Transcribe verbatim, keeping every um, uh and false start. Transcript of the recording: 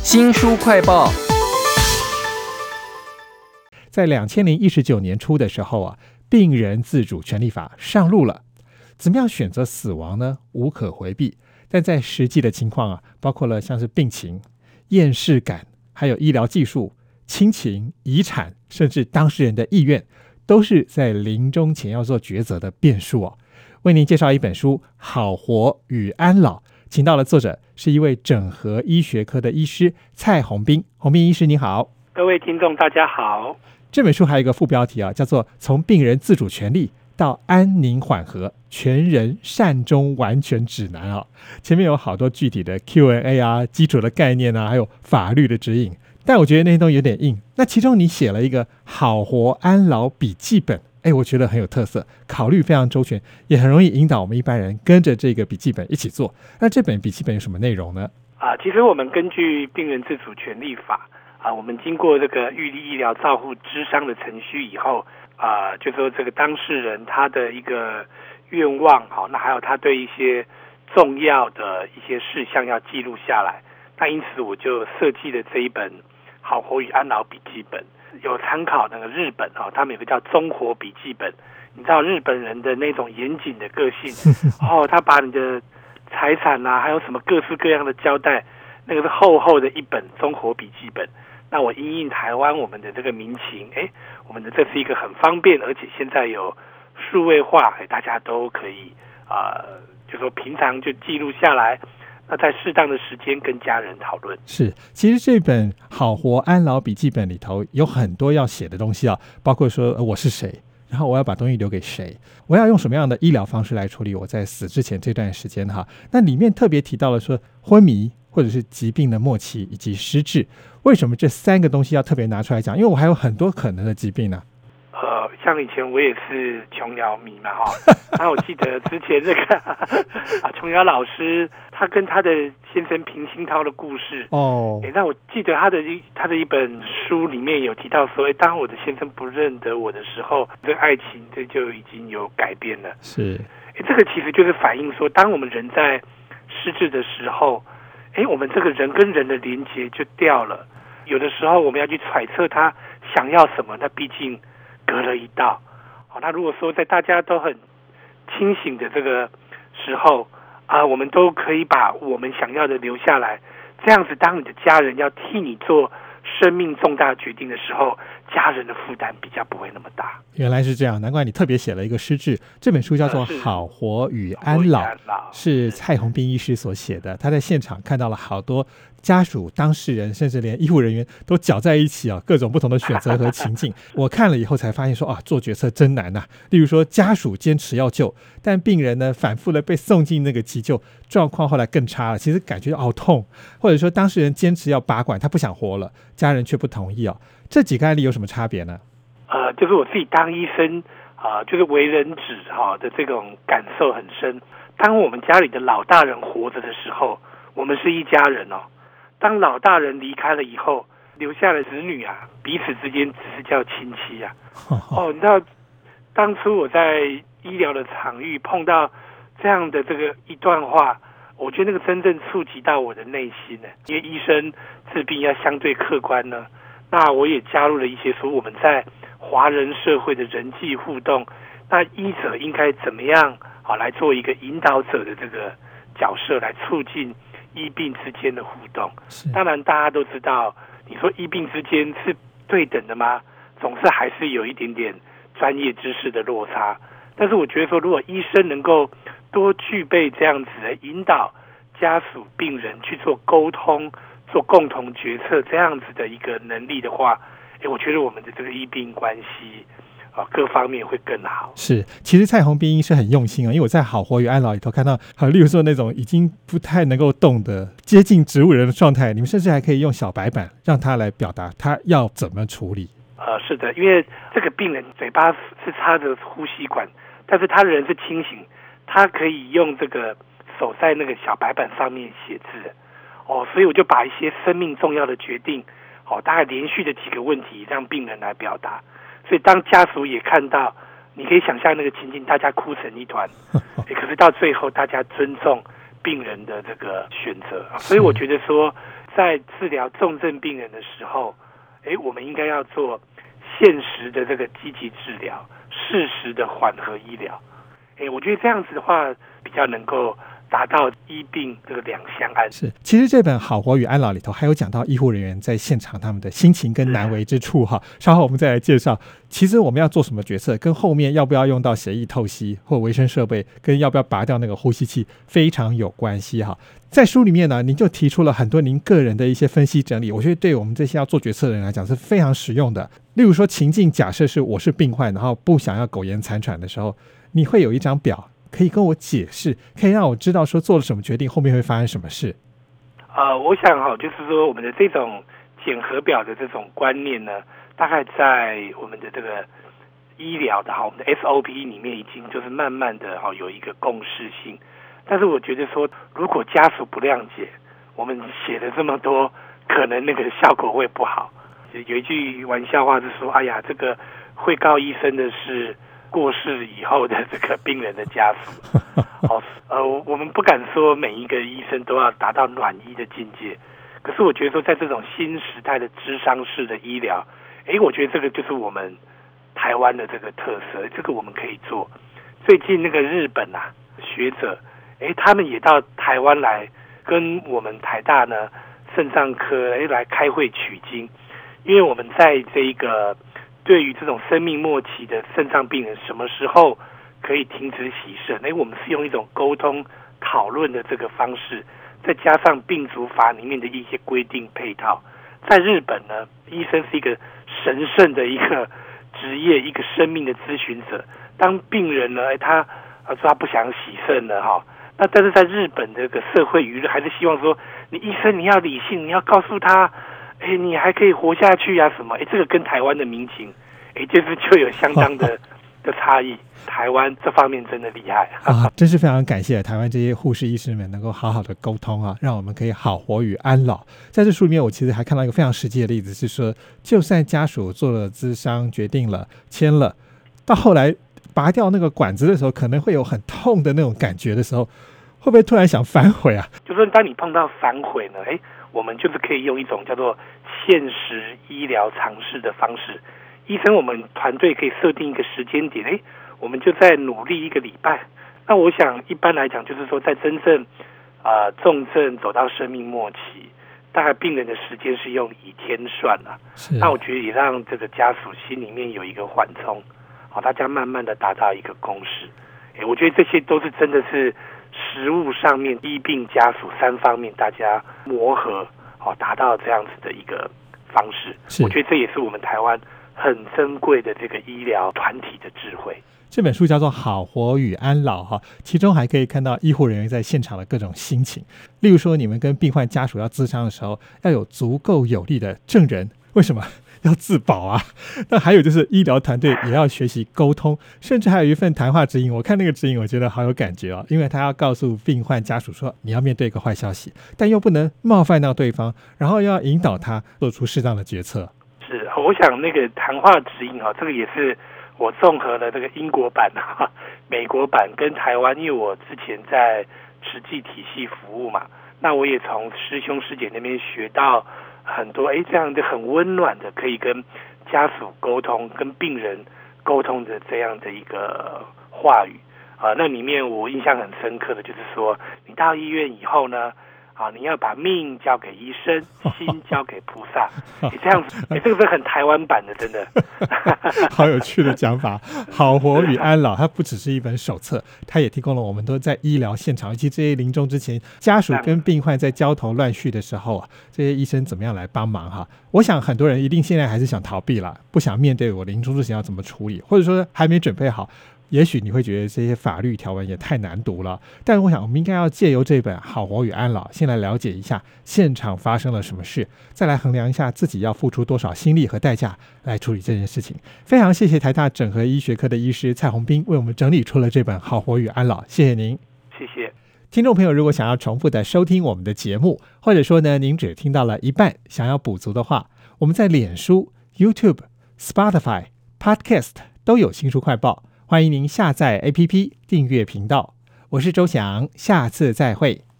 新书快报。 在两千零一十九年初的时候啊，病人自主权利法上路了。怎么样选择死亡呢？无可回避。但在实际的情况啊，包括了像是病情、厌世感，还有医疗技术、亲情、遗产，甚至当事人的意愿，都是在临终前要做抉择的变数哦。为您介绍一本书《好活与安老》，请到了作者是一位整合医学科的医师蔡宏斌。宏斌医师您好。 各位听众大家好。 这本书还有一个副标题啊，叫做《从病人自主权利到安宁缓和全人善终完全指南》啊。前面有好多具体的 Q and A 啊，基础的概念啊，还有法律的指引，但我觉得那些东西有点硬。那其中你写了一个好活安老笔记本，哎，我觉得很有特色，考虑非常周全，也很容易引导我们一般人跟着这个笔记本一起做。那这本笔记本有什么内容呢？ 啊，其实我们根据病人自主权利法啊，我们经过这个预立医疗照护咨商的程序以后啊，就说这个当事人他的一个愿望，好，那还有他对一些重要的一些事项要记录下来。那因此我就设计了这一本好活与安老笔记本，有参考那个日本哦，他们有个叫中活笔记本。你知道日本人的那种严谨的个性哦，他把你的财产啊，还有什么各式各样的交代，那个是厚厚的一本中活笔记本。那我因应台湾我们的这个民情，哎，我们的这是一个很方便，而且现在有数位化，哎，大家都可以啊、呃，就说平常就记录下来。那在适当的时间跟家人讨论。 是，其实这本好活安老笔记本里头有很多要写的东西啊，包括说、呃、我是谁，然后我要把东西留给谁，我要用什么样的医疗方式来处理我在死之前这段时间哈。那里面特别提到了说昏迷或者是疾病的末期以及失智，为什么这三个东西要特别拿出来讲？因为我还有很多可能的疾病呢。 呃，像以前我也是琼瑶迷嘛哈，那我记得之前这个啊琼瑶老师，他跟他的先生平鑫涛的故事哦，哎，那我记得他的一他的一本书里面有提到说，哎，当我的先生不认得我的时候，这个爱情这就已经有改变了。 是， 哎，这个其实就是反映说，当我们人在失智的时候，哎，我们这个人跟人的连结就掉了。有的时候我们要去揣测他想要什么，那毕竟隔了一道。好，那如果说在大家都很清醒的这个时候啊，我们都可以把我们想要的留下来，这样子当你的家人要替你做生命重大决定的时候，家人的负担比较不会那么大。 原来是这样，难怪你特别写了一个失智。这本书叫做《好活与安老》，是蔡宏斌医师所写的。他在现场看到了好多家属、当事人，甚至连医护人员都搅在一起啊，各种不同的选择和情境。我看了以后才发现说啊，做决策真难呐、啊。例如说，家属坚持要救，但病人呢反复的被送进那个急救，状况后来更差了，其实感觉好痛。或者说，当事人坚持要拔管，他不想活了，家人却不同意哦。这几个案例有什么差别呢？ 呃，就是我自己当医生啊、呃，就是为人子哈、啊、的这种感受很深。当我们家里的老大人活着的时候，我们是一家人哦。当老大人离开了以后，留下了子女啊，彼此之间只是叫亲戚啊。哦，你知道，当初我在医疗的场域碰到这样的这个一段话，我觉得那个真正触及到我的内心呢。因为医生治病要相对客观呢，那我也加入了一些说我们在华人社会的人际互动，那医者应该怎么样好来做一个引导者的这个角色，来促进医病之间的互动。当然大家都知道，你说医病之间是对等的吗？总是还是有一点点专业知识的落差。但是我觉得说，如果医生能够多具备这样子的引导家属、病人去做沟通、做共同决策这样子的一个能力的话，哎，我觉得我们的这个医病关系啊，各方面会更好。 是，其实蔡宏斌医师很用心啊，因为我在好活与安老里头看到，好，例如说那种已经不太能够动的接近植物人的状态，你们甚至还可以用小白板让他来表达他要怎么处理。 呃，是的，因为这个病人嘴巴是插着呼吸管，但是他人是清醒，他可以用这个手在那个小白板上面写字。哦，所以我就把一些生命重要的决定，哦，大概连续的几个问题让病人来表达。所以当家属也看到，你可以想象那个情境，大家哭成一团，可是到最后大家尊重病人的这个选择。所以我觉得说， 在治疗重症病人的时候，哎，我们应该要做现实的这个积极治疗，适时的缓和医疗。哎，我觉得这样子的话，比较能够达到医病这个两相安。 是，其实这本《好活与安老》里头还有讲到医护人员在现场他们的心情跟难为之处哈。稍后我们再来介绍，其实我们要做什么决策，跟后面要不要用到血液透析或维生设备，跟要不要拔掉那个呼吸器非常有关系哈。在书里面呢，您就提出了很多您个人的一些分析整理，我觉得对我们这些要做决策的人来讲是非常实用的。例如说，情境假设是我是病患，然后不想要苟延残喘的时候，你会有一张表可以跟我解释，可以让我知道说做了什么决定，后面会发生什么事。 呃，我想哈，就是说我们的这种检核表的这种观念呢，大概在我们的这个医疗的哈，我们的 S O P 里面已经就是慢慢的哈有一个共识性。但是我觉得说，如果家属不谅解，我们写了这么多，可能那个效果会不好。有一句玩笑话是说，哎呀，这个会告医生的是过世以后的这个病人的家属。哦，呃，我们不敢说每一个医生都要达到暖医的境界，可是我觉得说，在这种新时代的諮商式的医疗，哎，我觉得这个就是我们台湾的这个特色，这个我们可以做。最近那个日本啊学者，哎，他们也到台湾来跟我们台大呢肾脏科哎来开会取经，因为我们在这个对于这种生命末期的肾脏病人，什么时候可以停止洗肾？哎，我们是用一种沟通讨论的这个方式，再加上病主法里面的一些规定配套。在日本呢，医生是一个神圣的一个职业，一个生命的咨询者。当病人呢，哎，他说他不想洗肾了哈，那但是在日本这个社会舆论还是希望说，你医生你要理性，你要告诉他，哎，你还可以活下去啊什么？哎，这个跟台湾的民情，哎，就是就有相当的的差异。台湾这方面真的厉害啊！真是非常感谢台湾这些护士医师们能够好好的沟通啊，让我们可以好活与安老。在这书里面，我其实还看到一个非常实际的例子，是说，就算家属做了諮商决定了，签了，到后来拔掉那个管子的时候，可能会有很痛的那种感觉的时候，会不会突然想反悔啊？ 就说当你碰到反悔呢，哎，我们就是可以用一种叫做现实医疗常识的方式。医生，我们团队可以设定一个时间点，哎，我们就在努力一个礼拜。那我想一般来讲，就是说在真正啊、呃、重症走到生命末期，大概病人的时间是用以天算了、啊。那我觉得也让这个家属心里面有一个缓冲，好、哦，大家慢慢的达到一个共识。哎，我觉得这些都是真的是实务上面医病家属三方面大家磨合，好、哦，达到这样子的一个方式。我觉得这也是我们台湾很珍贵的这个医疗团体的智慧。 这本书叫做《好活与安老》哈，其中还可以看到医护人员在现场的各种心情。例如说，你们跟病患家属要咨商的时候，要有足够有力的证人，为什么？要自保啊。那还有就是医疗团队也要学习沟通，甚至还有一份谈话指引。我看那个指引，我觉得好有感觉哦，因为他要告诉病患家属说，你要面对一个坏消息，但又不能冒犯到对方，然后又要引导他做出适当的决策。 是，我想那个谈话指引啊，这个也是我综合了这个英国版啊、美国版跟台湾，因为我之前在慈济体系服务嘛，那我也从师兄师姐那边学到很多，哎，这样的很温暖的，可以跟家属沟通、跟病人沟通的这样的一个话语啊。那里面我印象很深刻的就是说，你到医院以后呢，啊，你要把命交给医生，心交给菩萨。你这样子，哎，这个是很台湾版的，真的。 好有趣的讲法。好活与安老，它不只是一本手册，它也提供了我们都在医疗现场，以及这些临终之前，家属跟病患在焦头烂绪的时候啊，这些医生怎么样来帮忙哈？我想很多人一定现在还是想逃避啦，不想面对我临终之前要怎么处理，或者说还没准备好。也许你会觉得这些法律条文也太难读了，但我想我们应该要借由这本《好活与安老》，先来了解一下现场发生了什么事，再来衡量一下自己要付出多少心力和代价来处理这件事情。非常谢谢台大整合医学科的医师蔡宏斌为我们整理出了这本《好活与安老》，谢谢您。 谢谢。 听众朋友，如果想要重复的收听我们的节目，或者说呢您只听到了一半，想要补足的话，我们在脸书、YouTube、Spotify、Podcast 都有新书快报，欢迎您下载 A P P 订阅频道。我是周翔，下次再会。